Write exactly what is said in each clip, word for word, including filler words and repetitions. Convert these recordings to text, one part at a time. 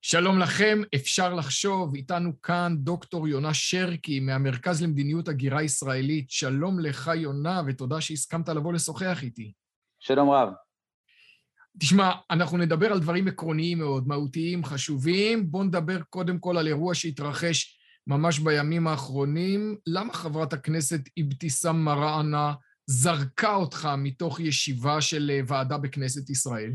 שלום לכם, אפשר לחשוב, איתנו כאן דוקטור יונה שרקי מהמרכז למדיניות הגירה ישראלית. שלום לך יונה, ותודה שהסכמת לבוא לשוחח איתי. שלום רב. תשמע, אנחנו נדבר על דברים עקרוניים מאוד, מהותיים, חשובים. בוא נדבר קודם כל על אירוע שהתרחש ממש בימים האחרונים. למה חברת הכנסת אבתיסאם מראענה זרקה אותך מתוך ישיבה של ועדה בכנסת ישראל?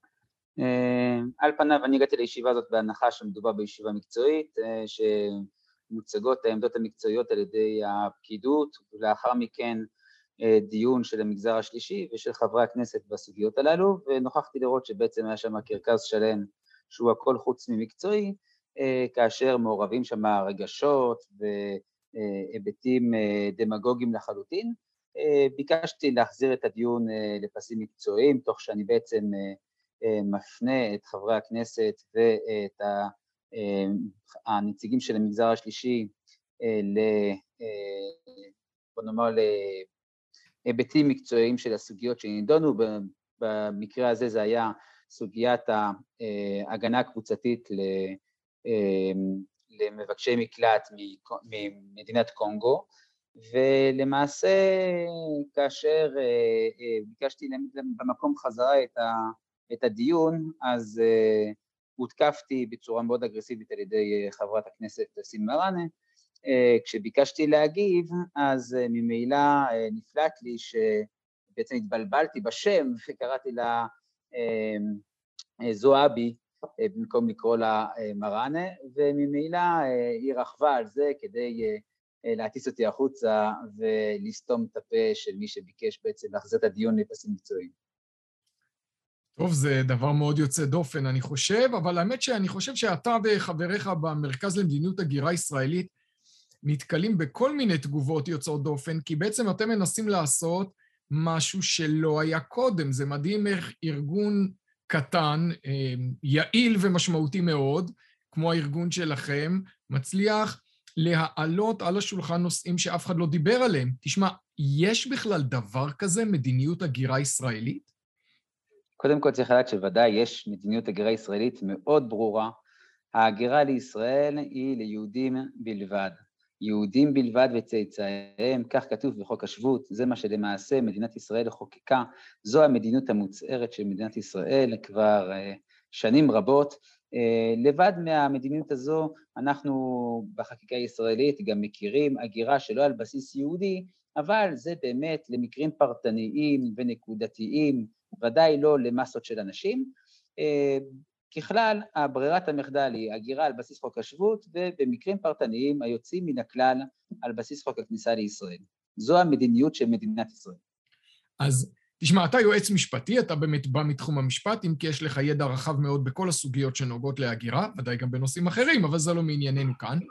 על פניו אני הגעתי לישיבה הזאת בהנחה שמדובר בישיבה מקצועית, שמוצגות העמדות המקצועיות על ידי הפקידות, ולאחר מכן דיון של המגזר השלישי ושל חברי הכנסת בסוגיות הללו, ונוכחתי לראות שבעצם היה שם קרקס שלם שהוא הכל חוץ ממקצועי, כאשר מעורבים שם רגשות והיבטים דמגוגיים לחלוטין. ביקשתי להחזיר את הדיון לפסים מקצועיים, תוך שאני בעצם מפנה את חברי הכנסת ואת הנציגים של המגזר השלישי ל... בוא נאמר להיבטים מקצועיים של הסוגיות שנידונו. במקרה הזה זה היה סוגיית ההגנה הקבוצתית למבקשי מקלט ממדינת קונגו, ולמעשה כאשר ביקשתי במקום חזרה את ה... את הדיון, אז uh, הותקפתי בצורה מאוד אגרסיבית על ידי uh, חברת הכנסת אבתיסאם מראענה. uh, כשביקשתי להגיב, אז uh, ממילא uh, נפלט לי שבעצם התבלבלתי בשם, וקראתי לה uh, uh, זועבי, uh, במקום לקרוא לה uh, מראענה, וממילא uh, היא רכבה על זה כדי uh, uh, להטיס אותי החוצה ולסתום את הפה של מי שביקש בעצם להחזיר את הדיון לפסים מקצועיים. טוב, זה דבר מאוד יוצא דופן, אני חושב, אבל האמת שאני חושב שאתה וחבריך במרכז למדיניות הגירה ישראלית נתקלים בכל מיני תגובות יוצאות דופן, כי בעצם אתם מנסים לעשות משהו שלא היה קודם. זה מדהים איך ארגון קטן, יעיל ומשמעותי מאוד, כמו הארגון שלכם, מצליח להעלות על השולחן נושאים שאף אחד לא דיבר עליהם. תשמע, יש בכלל דבר כזה, מדיניות הגירה ישראלית? קודם כל צריך לדעת שוודאי יש מדיניות הגירה ישראלית מאוד ברורה. ההגירה לישראל היא ליהודים בלבד. יהודים בלבד וצאצאיהם, כך כתוב בחוק השבות, זה מה שלמעשה מדינת ישראל חוקקה. זו המדיניות המוצהרת של מדינת ישראל כבר שנים רבות. לבד מהמדיניות הזו אנחנו בחקיקה הישראלית גם מכירים הגירה שלא על בסיס יהודי, אבל זה באמת למקרים פרטניים ונקודתיים, ודאי לא למסות של אנשים. ככלל, הברירת המחדל היא הגירה על בסיס חוק השבות, ובמקרים פרטניים היוצאים מן הכלל על בסיס חוק הכניסה לישראל. זו המדיניות של מדינת ישראל. אז תשמע, אתה יועץ משפטי, אתה באמת בא מתחום המשפט, אם כי יש לך ידע רחב מאוד בכל הסוגיות שנוגעות להגירה, ודאי גם בנושאים אחרים, אבל זה לא מענייננו כאן.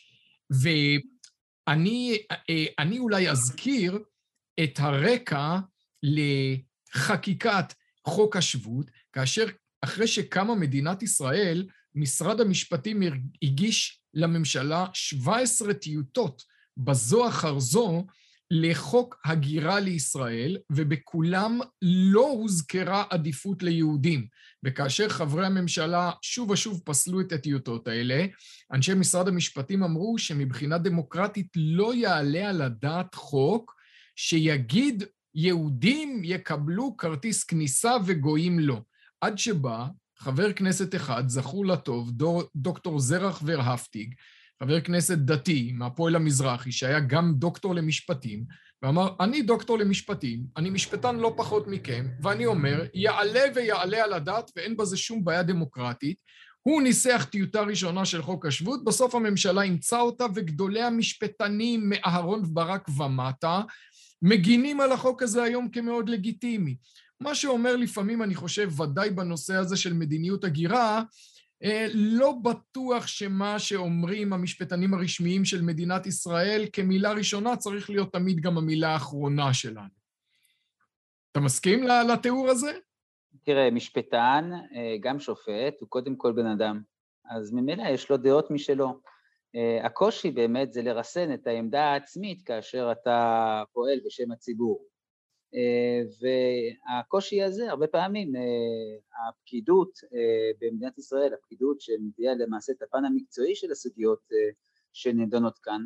ואני אני אולי אזכיר את הרקע לחקיקת חוק השבות, כאשר אחרי שקמה מדינת ישראל, משרד המשפטים הגיש לממשלה שבע עשרה טיוטות בזו אחר זו לחוק הגירה לישראל, ובכולם לא הוזכרה עדיפות ליהודים. וכאשר חברי הממשלה שוב ושוב פסלו את הטיוטות האלה, אנשי משרד המשפטים אמרו שמבחינה דמוקרטית לא יעלה על הדעת חוק שיגיד יהודים יקבלו כרטיס כניסה וגויים לא. עד שבא חבר כנסת אחד, זכור לטוב, דור, דוקטור זרח ורהפטיג, חבר כנסת דתי מהפועל המזרחי, שהיה גם דוקטור למשפטים, ואמר, אני דוקטור למשפטים, אני משפטן לא פחות מכם, ואני אומר, יעלה ויעלה על הדעת, ואין בזה שום בעיה דמוקרטית. הוא ניסח טיוטה ראשונה של חוק השבות, בסוף הממשלה אימצה אותה, וגדולי המשפטנים מאהרון ברק ומטה, מגינים על החוק הזה היום כמאוד לגיטימי. מה שאומר לפעמים, אני חושב, ודאי בנושא הזה של מדיניות הגירה, לא בטוח שמה שאומרים המשפטנים הרשמיים של מדינת ישראל, כמילה ראשונה צריך להיות תמיד גם המילה האחרונה שלנו. אתה מסכים לתיאור הזה? תראה, משפטן, גם שופט, הוא קודם כל בן אדם. אז ממילא יש לו דעות משלו. הקושי באמת זה לרסן את העמדה העצמית כאשר אתה פועל בשם הציבור. והקושי הזה, הרבה פעמים, הפקידות במדינת ישראל, הפקידות שמביאה למעשה את הפן המקצועי של הסוגיות שנדונות כאן,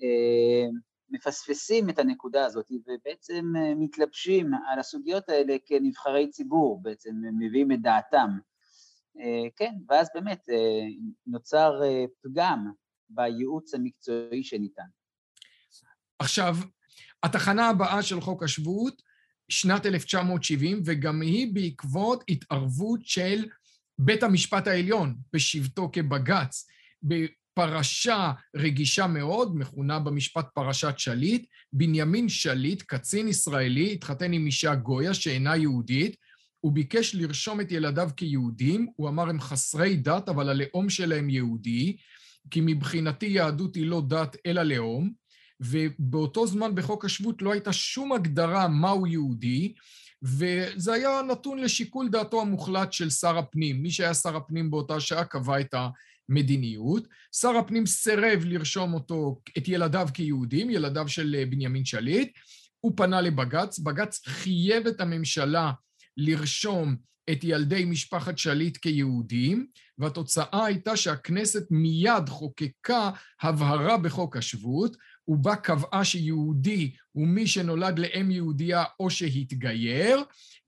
מפספסים את הנקודה הזאת ובעצם מתלבשים על הסוגיות האלה כנבחרי ציבור, בעצם מביאים את דעתם. כן, ואז באמת נוצר פגם בייעוץ המקצועי שניתן. עכשיו, התחנה הבאה של חוק השבות, שנת אלף תשע מאות שבעים, וגם היא בעקבות התערבות של בית המשפט העליון בשבתו כבג"ץ, בפרשה רגישה מאוד, מכונה במשפט פרשת שליט. בנימין שליט, קצין ישראלי, התחתן עם אישה גויה שאינה יהודית, הוא ביקש לרשום את ילדיו כיהודים, הוא אמר הם חסרי דת, אבל הלאום שלהם יהודי, כי מבחינתי יהדות היא לא דת אלא לאום, ובאותו זמן בחוק השבות לא הייתה שום הגדרה מהו יהודי, וזה היה נתון לשיקול דעתו המוחלט של שר הפנים. מי שהיה שר הפנים באותה שעה קבע את המדיניות. שר הפנים סירב לרשום אותו, את ילדיו כיהודים, ילדיו של בנימין שליט, הוא פנה לבג"ץ, בג"ץ חייב את הממשלה לרשום את ילדי משפחת שליט כיהודים, והתוצאה הייתה שהכנסת מיד חוקקה הבהרה בחוק השבות, ובה קבעה שיהודי הוא מי שנולד לאם יהודייה או שהתגייר,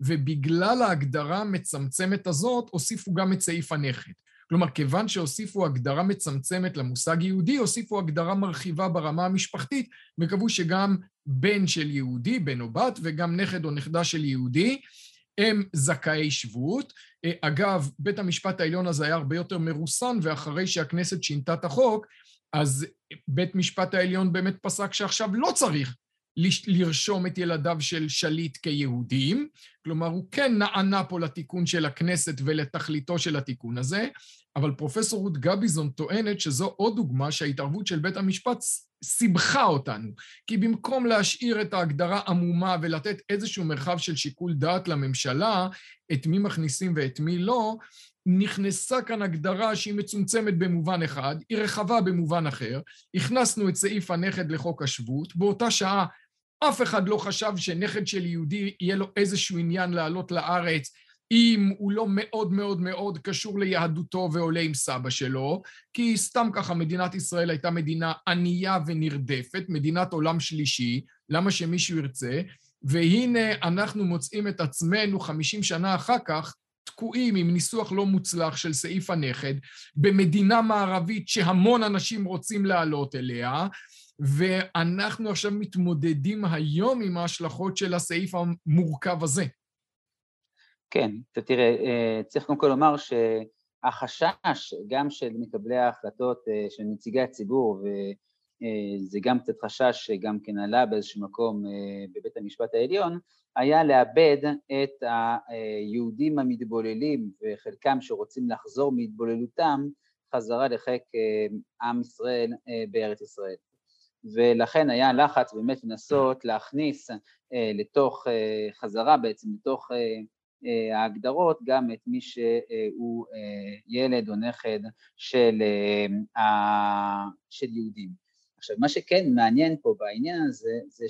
ובגלל ההגדרה המצמצמת הזאת הוסיפו גם את סעיף הנכד. כלומר, כיוון שהוסיפו הגדרה מצמצמת למושג יהודי, הוסיפו הגדרה מרחיבה ברמה המשפחתית, וקבעו שגם בן של יהודי, בן או בת, וגם נכד או נכדה של יהודי, הם זכאי שבות. אגב, בית המשפט העליון הזה היה הרבה יותר מרוסן, ואחרי שהכנסת שינתה את החוק, אז בית משפט העליון באמת פסק שעכשיו לא צריך לרשום את ילדיו של שליט כיהודים, כלומר הוא כן נענה פה לתיקון של הכנסת ולתכליתו של התיקון הזה, אבל פרופסור רות גביזון טוענת שזו עוד דוגמה שההתערבות של בית המשפט סיבכה אותנו, כי במקום להשאיר את ההגדרה עמומה ולתת איזשהו מרחב של שיקול דעת לממשלה, את מי מכניסים ואת מי לא, נכנסה כאן הגדרה שהיא מצומצמת במובן אחד, היא רחבה במובן אחר, הכנסנו את סעיף הנכד לחוק השבות, באותה שעה אף אחד לא חשב שנכד של יהודי יהיה לו איזשהו עניין לעלות לארץ, אם הוא לא מאוד מאוד מאוד קשור ליהדותו ועולה עם סבא שלו, כי סתם ככה מדינת ישראל הייתה מדינה ענייה ונרדפת, מדינת עולם שלישי, למה שמישהו ירצה, והנה אנחנו מוצאים את עצמנו חמישים שנה אחר כך, תקועים עם ניסוח לא מוצלח של סעיף הנכד, במדינה מערבית שהמון אנשים רוצים לעלות אליה, ואנחנו עכשיו מתמודדים היום עם ההשלכות של הסעיף המורכב הזה. כן, תראה, צריך קודם כל לומר שהחשש גם של מקבלי ההחלטות של נציגי הציבור, וזה גם קצת חשש שגם כן עלה באיזשהו מקום בבית המשפט העליון, היה לאבד את היהודים המתבוללים וחלקם שרוצים לחזור מהתבוללותם חזרה לחיק עם ישראל בארץ ישראל. ולכן היה לחץ באמת לנסות להכניס לתוך חזרה בעצם, לתוך ההגדרות גם את מי שהוא ילד או נכד של, של יהודים. עכשיו, מה שכן מעניין פה בעניין הזה, זה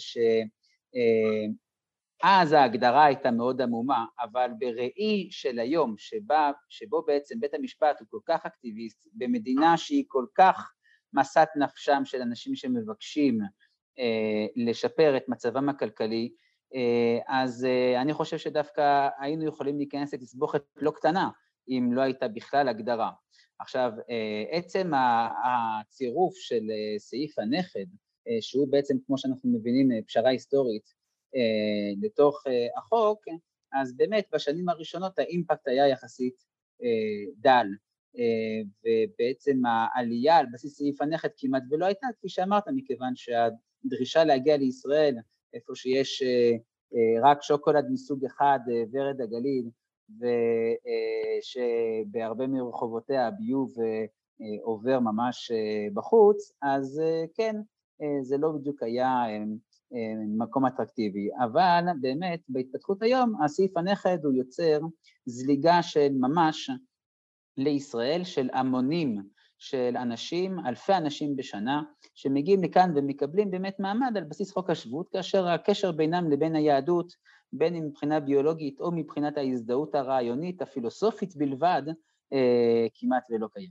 שאז ההגדרה הייתה מאוד עמומה, אבל בראי של היום, שבה, שבו בעצם בית המשפט הוא כל כך אקטיביסט, במדינה שהיא כל כך מסת נפשם של אנשים שמבקשים לשפר את מצבם הכלכלי, אז אני חושב שדווקא היינו יכולים להיכנס לתסבוכת לא קטנה, אם לא הייתה בכלל הגדרה. עכשיו, עצם הצירוף של סעיף הנכד, שהוא בעצם, כמו שאנחנו מבינים, פשרה היסטורית, לתוך החוק, אז באמת בשנים הראשונות האימפקט היה יחסית דל, ובעצם העלייה על בסיס סעיף הנכד כמעט ולא הייתה, כפי שאמרת, מכיוון שהדרישה להגיע לישראל, איפה שיש רק שוקולד מסוג אחד, ורד הגליל, ושבהרבה מרחובותיה הביוב עובר ממש בחוץ, אז כן, זה לא בדיוק היה מקום אטרקטיבי, אבל באמת בהתפתחות היום, הסעיף הנכד הוא יוצר זליגה של ממש לישראל, של המונים של אנשים, אלפי אנשים בשנה, שמגיעים לכאן ומקבלים באמת מעמד על בסיס חוק השבות, כאשר הקשר בינם לבין היהדות, בין אם מבחינה ביולוגית או מבחינת ההזדהות הרעיונית, הפילוסופית בלבד, אה, כמעט ולא קיים.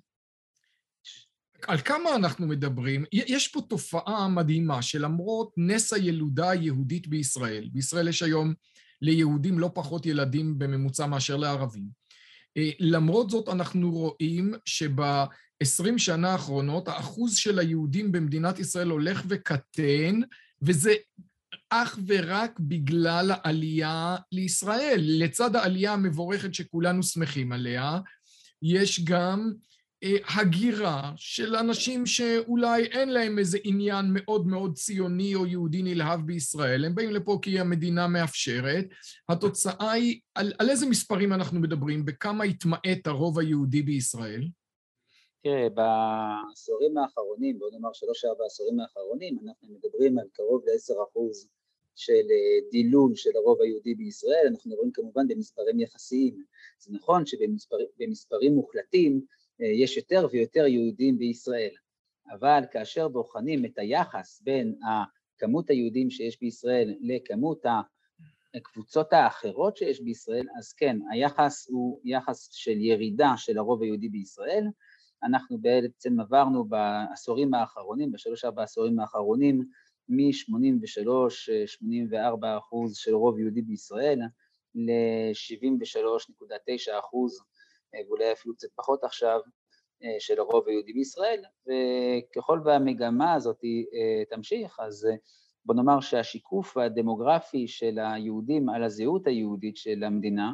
על כמה אנחנו מדברים? יש פה תופעה מדהימה שלמרות נס הילודה היהודית בישראל, בישראל יש היום ליהודים לא פחות ילדים בממוצע מאשר לערבים, למרות זאת אנחנו רואים שב-עשרים שנה האחרונות האחוז של היהודים במדינת ישראל הולך וקטן, וזה אך ורק בגלל העלייה לישראל. לצד העלייה המבורכת שכולנו שמחים עליה, יש גם הגירה של אנשים שאולי אין להם איזה עניין מאוד מאוד ציוני או יהודי נלהב בישראל, הם באים לפה כי המדינה מאפשרת. התוצאה היא, על, על איזה מספרים אנחנו מדברים, בכמה התמעט הרוב היהודי בישראל? תראה, בעשורים האחרונים, בוא נאמר שלוש ארבע עשורים האחרונים, אנחנו מדברים על קרוב ל-עשרה אחוז של דילול של הרוב היהודי בישראל, אנחנו מדברים כמובן במספרים יחסיים. זה נכון שבמספרים מוחלטים, יש יותר ויותר יהודים בישראל, אבל כאשר בוחנים את היחס בין כמות היהודים שיש בישראל לכמות הקבוצות האחרות שיש בישראל, אז כן, היחס הוא יחס של ירידה של הרוב היהודי בישראל. אנחנו בעצם עברנו בעשורים האחרונים, בשלוש ארבע העשורים האחרונים, מ-שמונים ושלוש שמונים וארבע אחוז של רוב יהודי בישראל, ל-שבעים ושלוש נקודה תשע אחוז, ואולי אפילו קצת פחות עכשיו, של הרוב היהודי בישראל, וככל והמגמה הזאת תמשיך, אז בוא נאמר שהשיקוף הדמוגרפי של היהודים על הזהות היהודית של המדינה,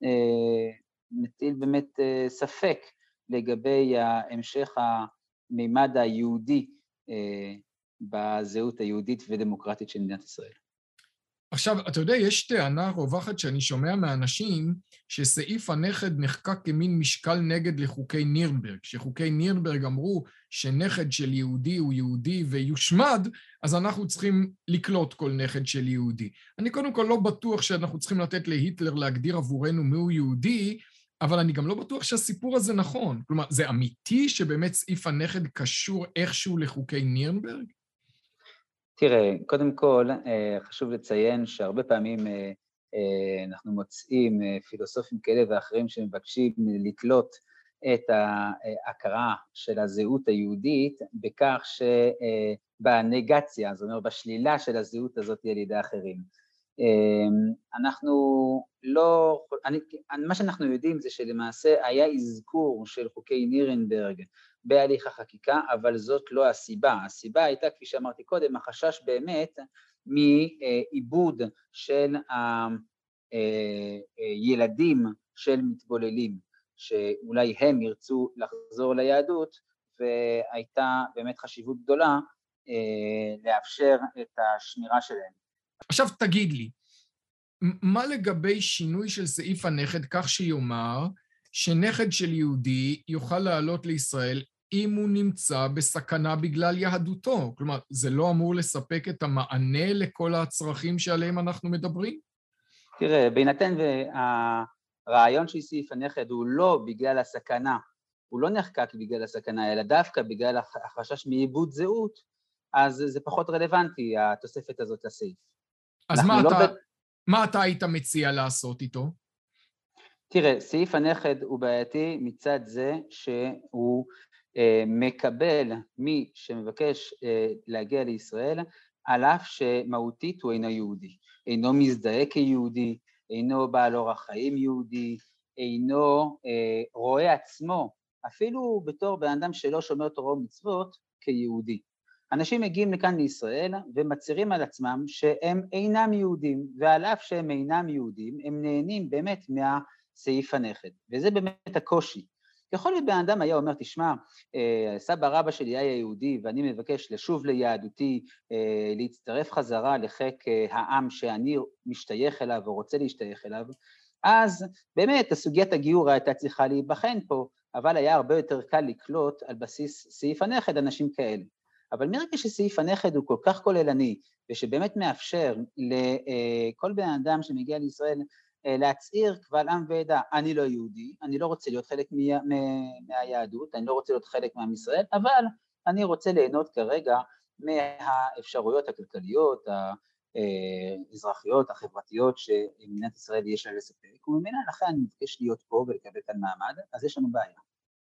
מטיל באמת ספק לגבי המשך המימד היהודי בזהות היהודית ודמוקרטית של מדינת ישראל. עכשיו, אתה יודע, יש טענה רווחת שאני שומע מאנשים שסעיף הנכד נחקק כמין משקל נגד לחוקי נירנברג, שחוקי נירנברג אמרו שנכד של יהודי הוא יהודי ויושמד, אז אנחנו צריכים לקלוט כל נכד של יהודי. אני קודם כל לא בטוח שאנחנו צריכים לתת להיטלר להגדיר עבורנו מיהו יהודי, אבל אני גם לא בטוח שהסיפור הזה נכון. כלומר, זה אמיתי שבאמת סעיף הנכד קשור איכשהו לחוקי נירנברג? תראה, קודם כל חשוב לציין שהרבה פעמים אנחנו מוצאים פילוסופים כאלה ואחרים שמבקשים לתלות את ההכרה של הזהות היהודית בכך שבנגציה, זאת אומרת בשלילה של הזהות הזאת על ידי אחרים. אנחנו לא, אני, מה שאנחנו יודעים זה שלמעשה היה אזכור של חוקי נירנברג בהליך החקיקה, אבל זאת לא הסיבה. הסיבה הייתה, כפי שאמרתי קודם, החשש באמת מעיבוד של הילדים של מתבוללים, שאולי הם ירצו לחזור ליהדות, והייתה באמת חשיבות גדולה לאפשר את השמירה שלהם. עכשיו תגיד לי, מה לגבי שינוי של סעיף הנכד כך שיאמר שנכד של יהודי יוכל לעלות לישראל אם הוא נמצא בסכנה בגלל יהדותו? כלומר, זה לא אמור לספק את המענה לכל הצרכים שעליהם אנחנו מדברים? תראה, בהינתן והרעיון של סעיף הנכד הוא לא בגלל הסכנה, הוא לא נחקק בגלל הסכנה, אלא דווקא בגלל החשש מאיבוד זהות, אז זה פחות רלוונטי, התוספת הזאת לסעיף. אז מה, לא אתה, ב... מה אתה היית מציע לעשות איתו? תראה, סעיף הנכד הוא בעייתי מצד זה שהוא אה, מקבל מי שמבקש אה, להגיע לישראל, על אף שמהותית הוא אינו יהודי, אינו מזדהה כיהודי, אינו בעל אורח חיים יהודי, אינו אה, רואה עצמו, אפילו בתור בן אדם שלא שומר תורה ומצוות, כיהודי. אנשים מגיעים לכאן לישראל ומצהירים על עצמם שהם אינם יהודים, ועל אף שהם אינם יהודים, הם נהנים באמת מהסעיף הנכד, וזה באמת הקושי. יכול להיות בן אדם היה אומר, תשמע, סבא רבא שלי היה יהודי, ואני מבקש לשוב ליהדותי, להצטרף חזרה לחיק העם שאני משתייך אליו ורוצה להשתייך אליו, אז באמת הסוגיית הגיור הייתה צריכה להיבחן פה, אבל היה הרבה יותר קל לקלוט על בסיס סעיף הנכד אנשים כאלה. אבל מרגע שסעיף הנכד הוא כל כך כוללני, ושבאמת מאפשר לכל בן אדם שמגיע לישראל להצעיר קבל עם ועדה, אני לא יהודי, אני לא רוצה להיות חלק מה, מה, מהיהדות, אני לא רוצה להיות חלק מעם ישראל, אבל אני רוצה ליהנות כרגע מהאפשרויות הכלכליות, האזרחיות, החברתיות שמדינת ישראל יש לה לספק, וממנה לכן אני מבקש להיות פה ולקבל כאן מעמד, אז יש לנו בעיה.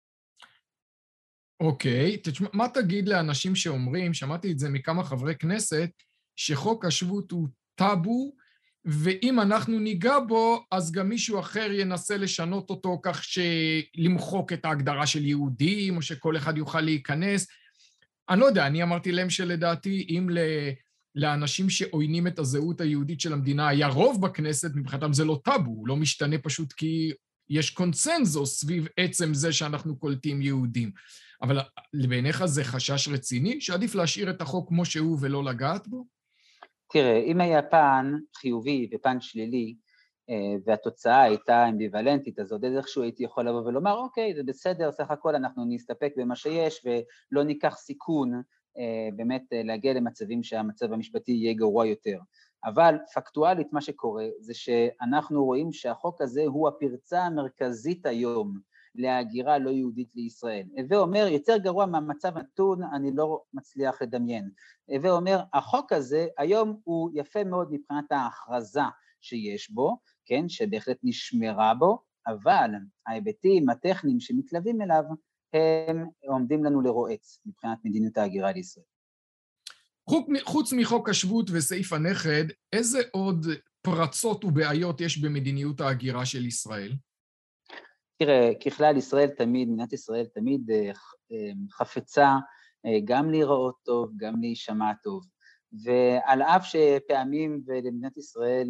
אוקיי, תשמע, מה תגיד לאנשים שאומרים, שמעתי את זה מכמה חברי כנסת, שחוק השבות הוא טאבו, ואם אנחנו ניגע בו, אז גם מישהו אחר ינסה לשנות אותו כך שלמחוק את ההגדרה של יהודים, או שכל אחד יוכל להיכנס. אני לא יודע, אני אמרתי להם שלדעתי, אם לאנשים שעוינים את הזהות היהודית של המדינה היה רוב בכנסת, מבחינתם זה לא טאבו, הוא לא משתנה פשוט כי יש קונצנזוס סביב עצם זה שאנחנו קולטים יהודים. אבל בעיניך זה חשש רציני, שעדיף להשאיר את החוק כמו שהוא ולא לגעת בו? תראה, אם היה פן חיובי ופן שלילי, והתוצאה הייתה אמביוולנטית, אז עוד איזשהו הייתי יכול לבוא ולומר, אוקיי, זה בסדר, סך הכל אנחנו נסתפק במה שיש, ולא ניקח סיכון באמת להגיע למצבים שהמצב המשפטי יהיה גרוע יותר. אבל פקטואלית מה שקורה זה שאנחנו רואים שהחוק הזה הוא הפרצה המרכזית היום להגירה לא יהודית לישראל. ואומר, יותר גרוע מהמצב נתון, אני לא מצליח לדמיין. ואומר, החוק הזה היום הוא יפה מאוד מבחינת ההכרזה שיש בו, כן, שבהחלט נשמרה בו, אבל ההיבטים הטכניים שמתלווים אליו, הם עומדים לנו לרועץ מבחינת מדיניות ההגירה לישראל. חוץ מחוק השבות וסעיף הנכד, איזה עוד פרצות ובעיות יש במדיניות ההגירה של ישראל? תראה, ככלל ישראל תמיד, מדינת ישראל תמיד חפצה גם להיראות טוב, גם להישמע טוב. ועל אף שפעמים ולמדינת ישראל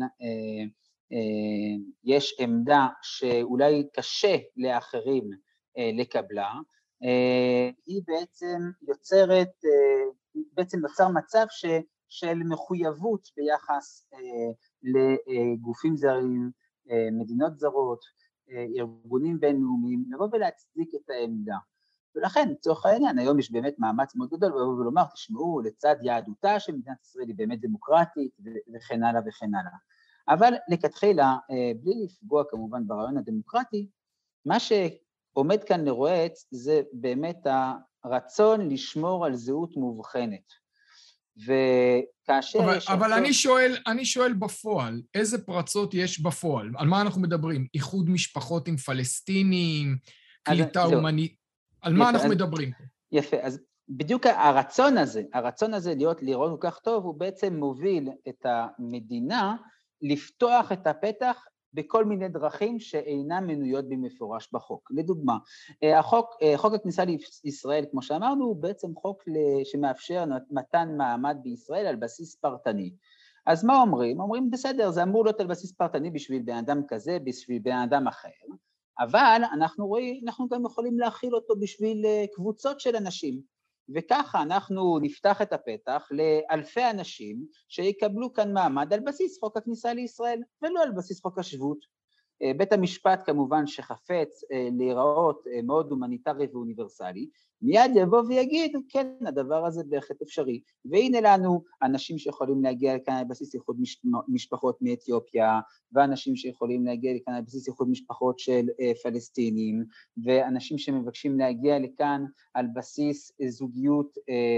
יש עמדה שאולי קשה לאחרים לקבלה, היא בעצם יוצרת, בעצם נוצר מצב ש, של מחויבות ביחס לגופים זרים, מדינות זרות, ארגונים בינלאומיים, לבוא ולהצדיק את העמדה. ולכן, לצורך העניין, היום יש באמת מאמץ מאוד גדול, ולבוא ולומר, תשמעו, לצד יהדותה של מדינת ישראל היא באמת דמוקרטית, וכן הלאה וכן הלאה. אבל לכתחילה, בלי לפגוע כמובן ברעיון הדמוקרטי, מה שעומד כאן לרועץ, זה באמת הרצון לשמור על זהות מובחנת. וכאשר אבל, יש... אבל אותו... אני שואל, אני שואל בפועל, איזה פרצות יש בפועל? על מה אנחנו מדברים? איחוד משפחות עם פלסטינים, קליטה הומנית, על מה יפה, אנחנו אז, מדברים? יפה, אז בדיוק הרצון הזה, הרצון הזה להיות, לראות כל כך טוב, הוא בעצם מוביל את המדינה לפתוח את הפתח בכל מיני דרכים שאינן מנויות במפורש בחוק. לדוגמה, החוק, חוק הכניסה לישראל, כמו שאמרנו, הוא בעצם חוק שמאפשר מתן מעמד בישראל על בסיס פרטני. אז מה אומרים? אומרים, בסדר, זה אמור להיות על בסיס פרטני בשביל בן אדם כזה, בשביל בן אדם אחר, אבל אנחנו רואים, אנחנו גם יכולים להכיל אותו בשביל קבוצות של אנשים, וככה אנחנו נפתח את הפתח לאלפי אנשים שיקבלו כאן מעמד על בסיס חוק הכניסה לישראל, ולא על בסיס חוק השבות. בית המשפט כמובן שחפץ להיראות מאוד הומניטרי ואוניברסלי, מיד יבוא ויגיד, כן, הדבר הזה בהחלט אפשרי. והנה לנו אנשים שיכולים להגיע לכאן על בסיס איחוד משפחות מאתיופיה, ואנשים שיכולים להגיע לכאן על בסיס איחוד משפחות של פלסטינים, ואנשים שמבקשים להגיע לכאן על בסיס זוגיות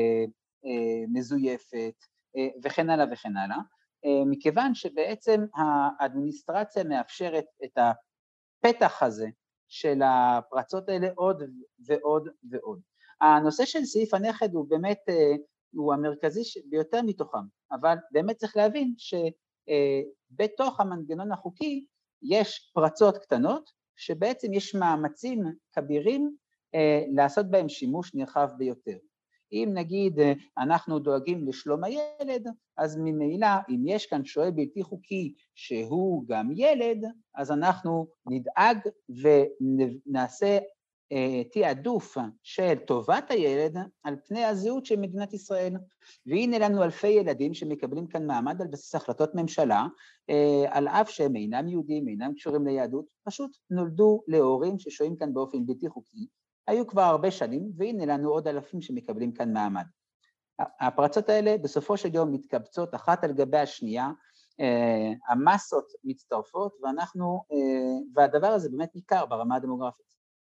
מזויפת, וכן הלאה וכן הלאה. מכיוון שבעצם האדמיניסטרציה מאפשרת את הפתח הזה של הפרצות האלה עוד ועוד ועוד. הנושא של סעיף הנכד הוא באמת, הוא המרכזי ביותר מתוכם, אבל באמת צריך להבין שבתוך המנגנון החוקי יש פרצות קטנות, שבעצם יש מאמצים כבירים לעשות בהם שימוש נרחב ביותר. אם נגיד אנחנו דואגים לשלום הילד, אז ממילא אם יש כאן שוהה בלתי חוקי שהוא גם ילד, אז אנחנו נדאג ונעשה תעדוף של טובת הילד על פני הזהות של מדינת ישראל. והנה לנו אלפי ילדים שמקבלים כאן מעמד על בסיס החלטות ממשלה, על אף שהם אינם יהודים, אינם קשורים ליהדות, פשוט נולדו להורים ששוהים כאן באופן בלתי חוקי, היו כבר הרבה שנים, והנה לנו עוד אלפים שמקבלים כאן מעמד. הפרצות האלה בסופו של יום מתקבצות אחת על גבי השנייה, המסות מצטרפות, ואנחנו, והדבר הזה באמת ניכר ברמה הדמוגרפית.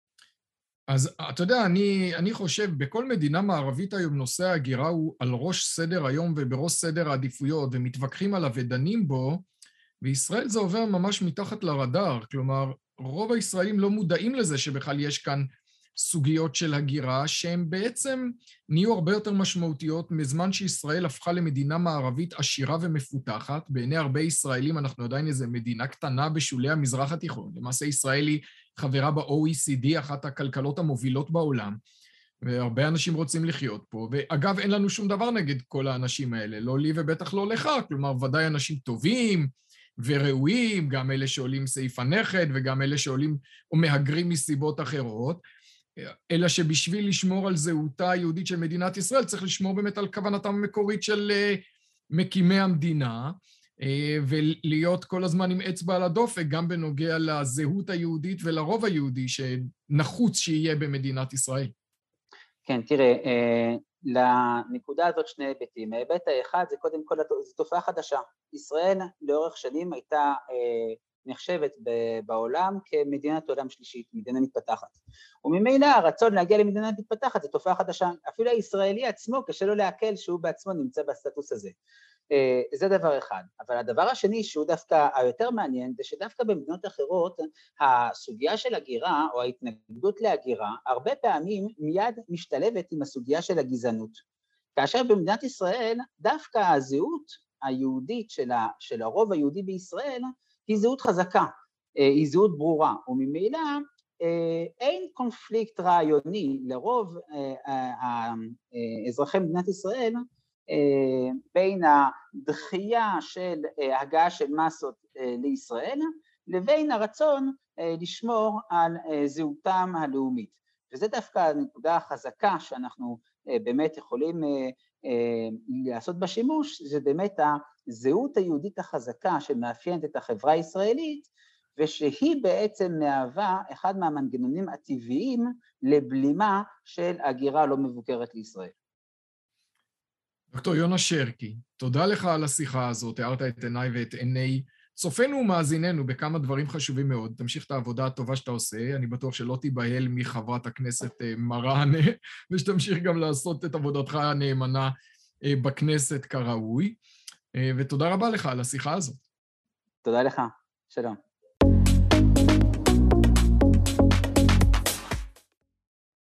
אז אתה יודע, אני, אני חושב, בכל מדינה מערבית היום נושא ההגירה הוא על ראש סדר היום ובראש סדר העדיפויות, ומתווכחים עליו ודנים בו, בישראל זה עובר ממש מתחת לרדאר, כלומר, רוב הישראלים לא מודעים לזה שבכלל יש כאן סוגיות של הגירה, שהן בעצם נהיו הרבה יותר משמעותיות מזמן שישראל הפכה למדינה מערבית עשירה ומפותחת. בעיני הרבה ישראלים אנחנו עדיין איזו מדינה קטנה בשולי המזרח התיכון. למעשה ישראל היא חברה ב-או אי סי די, אחת הכלכלות המובילות בעולם, והרבה אנשים רוצים לחיות פה. ואגב, אין לנו שום דבר נגד כל האנשים האלה, לא לי ובטח לא לך, כלומר, ודאי אנשים טובים וראויים, גם אלה שעולים סעיף הנכד וגם אלה שעולים או מהגרים מסיבות אחרות, אלא שבשביל לשמור על זהותה היהודית של מדינת ישראל, צריך לשמור באמת על כוונתם המקורית של מקימי המדינה, ולהיות כל הזמן עם אצבע על הדופק, גם בנוגע לזהות היהודית ולרוב היהודי שנחוץ שיהיה במדינת ישראל. כן, תראה, לנקודה הזאת שני היבטים. ההיבט האחד זה קודם כל, זו תופעה חדשה. ישראל לאורך שנים הייתה נחשבת בעולם כמדינת עולם שלישית, מדינה מתפתחת. וממילא הרצון להגיע למדינה מתפתחת זה תופעה חדשה. אפילו הישראלי עצמו קשה לו להקל שהוא בעצמו נמצא בסטטוס הזה. זה דבר אחד. אבל הדבר השני שהוא דווקא היותר מעניין, זה שדווקא במדינות אחרות, הסוגיה של הגירה או ההתנגדות להגירה, הרבה פעמים מיד משתלבת עם הסוגיה של הגזענות. כאשר במדינת ישראל, דווקא הזהות היהודית של, ה, של הרוב היהודי בישראל, היא זהות חזקה, היא זהות ברורה, וממילא אין קונפליקט רעיוני לרוב האזרחי מדינת ישראל, בין הדחייה של הגעה של מסות לישראל, לבין הרצון לשמור על זהותם הלאומית. וזה דווקא הנקודה החזקה שאנחנו באמת יכולים לעשות בשימוש, זה באמת הזהות היהודית החזקה שמאפיינת את החברה הישראלית, ושהיא בעצם מהווה אחד מהמנגנונים הטבעיים לבלימה של הגירה לא מבוקרת לישראל. דוקטור יונה שרקי, תודה לך על השיחה הזאת, הארת את עיניי ואת עיני צופינו ומאזיננו בכמה דברים חשובים מאוד. תמשיך את העבודה הטובה שאתה עושה, אני בטוח שלא תיבהל מחברת הכנסת מראענה, ושתמשיך גם לעשות את עבודתך הנאמנה בכנסת כראוי, ותודה רבה לך על השיחה הזאת. תודה לך, שלום.